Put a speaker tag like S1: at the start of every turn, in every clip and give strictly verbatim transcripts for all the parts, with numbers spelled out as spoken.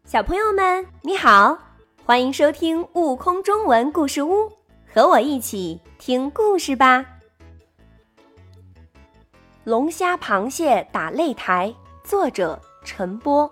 S1: 小朋友们，你好，欢迎收听悟空中文故事屋，和我一起听故事吧。龙虾螃蟹打擂台，作者陈波。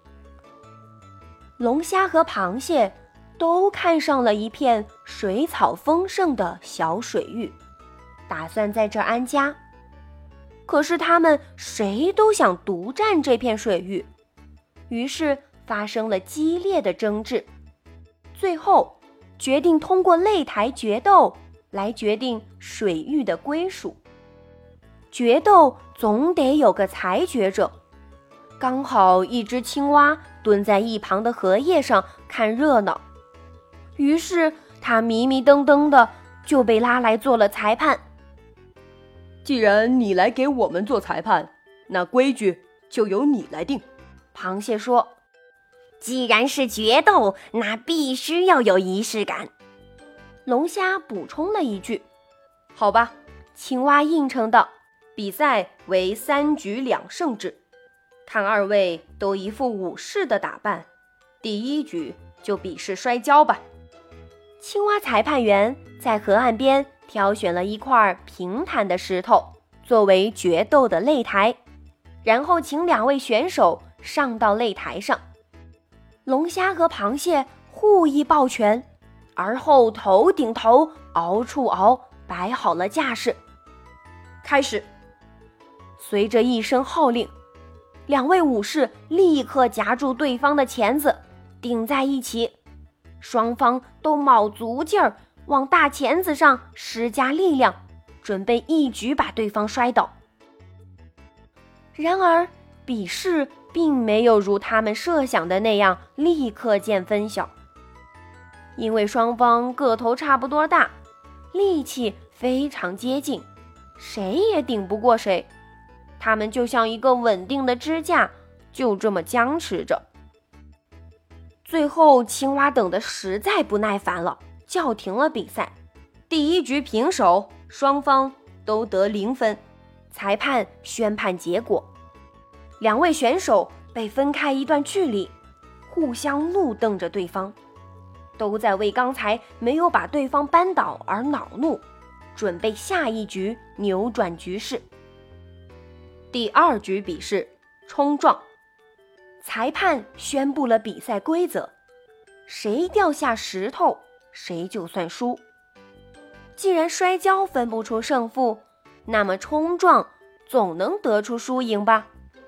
S1: 龙虾和螃蟹都看上了一片水草丰盛的小水域，打算在这儿安家。可是他们谁都想独占这片水域，于是发生了激烈的争执，最后决定通过擂台决斗来决定水域的归属。决斗总得有个裁决者，刚好一只青蛙蹲在一旁的荷叶上看热闹，于是他迷迷瞪瞪的就被拉来做了裁判。
S2: 既然你来给我们做裁判，那规矩就由你来定。
S1: 螃蟹说，既然是决斗，那必须要有仪式感。龙虾补充了一句，
S2: 好吧。
S1: 青蛙应承道，
S2: 比赛为三局两胜制，看二位都一副武士的打扮，第一局就比试摔跤吧。
S1: 青蛙裁判员在河岸边挑选了一块平坦的石头作为决斗的擂台，然后请两位选手上到擂台上。龙虾和螃蟹互一抱拳，而后头顶头，熬处熬，摆好了架势。
S2: 开始。
S1: 随着一声号令，两位武士立刻夹住对方的钳子，顶在一起，双方都卯足劲儿往大钳子上施加力量，准备一举把对方摔倒。然而比试并没有如他们设想的那样立刻见分晓，因为双方个头差不多大，力气非常接近，谁也顶不过谁，他们就像一个稳定的支架，就这么僵持着。最后青蛙等得实在不耐烦了，叫停了比赛。
S2: 第一局平手，双方都得零分。
S1: 裁判宣判结果，两位选手被分开一段距离，互相怒瞪着对方，都在为刚才没有把对方扳倒而恼怒，准备下一局扭转局势。
S2: 第二局比试，冲撞。
S1: 裁判宣布了比赛规则，谁掉下石头，谁就算输。既然摔跤分不出胜负，那么冲撞总能得出输赢吧？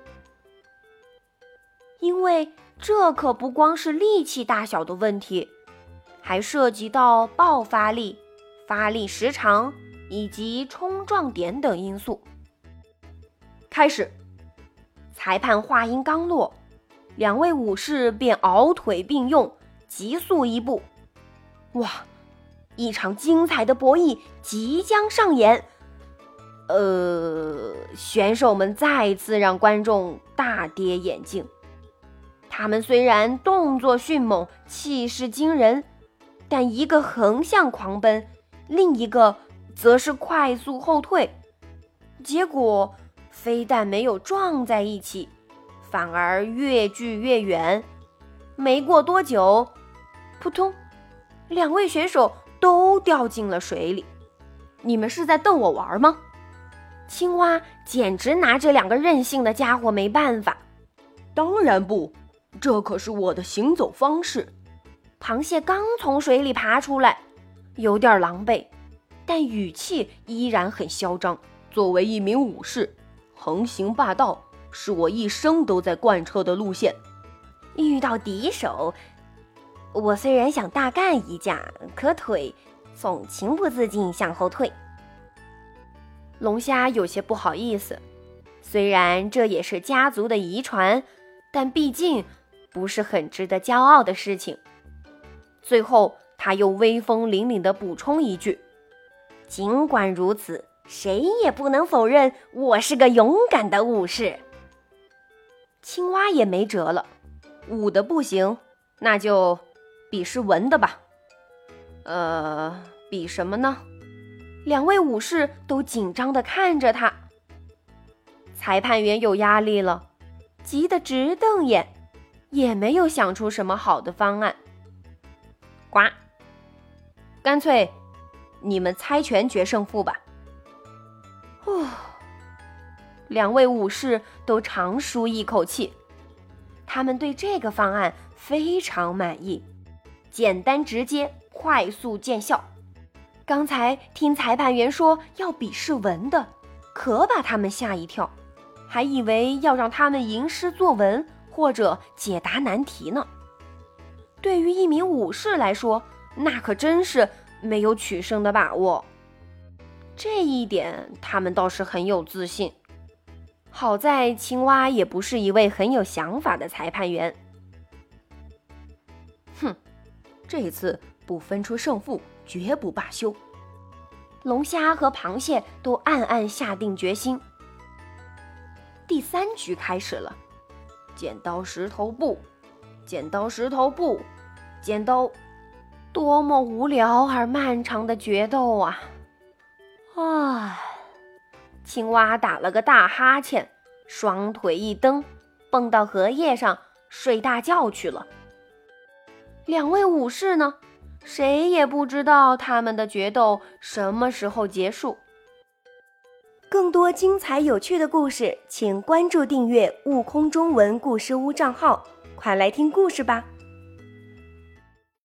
S1: 因为这可不光是力气大小的问题，还涉及到爆发力、发力时长以及冲撞点等因素。
S2: 开始。
S1: 裁判话音刚落，两位武士便鳌腿并用，急速一步。哇，一场精彩的博弈即将上演。呃，选手们再次让观众大跌眼镜。他们虽然动作迅猛，气势惊人，但一个横向狂奔，另一个则是快速后退。结果非但没有撞在一起，反而越距越远。没过多久，扑通，两位选手都掉进了水里。
S2: 你们是在逗我玩吗？
S1: 青蛙简直拿这两个任性的家伙没办法。
S2: 当然不，这可是我的行走方式。
S1: 螃蟹刚从水里爬出来，有点狼狈，但语气依然很嚣张。
S2: 作为一名武士，横行霸道是我一生都在贯彻的路线。
S1: 遇到敌手，我虽然想大干一架，可腿总情不自禁向后退。龙虾有些不好意思，虽然这也是家族的遗传，但毕竟不是很值得骄傲的事情。最后他又威风凛凛地补充一句，尽管如此，谁也不能否认我是个勇敢的武士。青蛙也没辙了，
S2: 武的不行，那就比试文的吧。呃，比什么呢？
S1: 两位武士都紧张地看着他。裁判员有压力了，急得直瞪眼。 也没有想出什么好的方案。
S2: 呱，干脆你们猜拳决胜负吧。
S1: 哦，两位武士都长舒一口气，他们对这个方案非常满意，简单直接，快速见效。刚才听裁判员说要比试文的，可把他们吓一跳，还以为要让他们吟诗作文或者解答难题呢。对于一名武士来说，那可真是没有取胜的把握。这一点他们倒是很有自信。好在青蛙也不是一位很有想法的裁判员。
S2: 哼，这次不分出胜负，绝不罢休。
S1: 龙虾和螃蟹都暗暗下定决心。第三局开始了，剪刀石头布，剪刀石头布，剪刀，多么无聊而漫长的决斗啊！唉，青蛙打了个大哈欠，双腿一蹬，蹦到荷叶上睡大觉去了。两位武士呢，谁也不知道他们的决斗什么时候结束。更多精彩有趣的故事，请关注订阅悟空中文故事屋账号，快来听故事吧。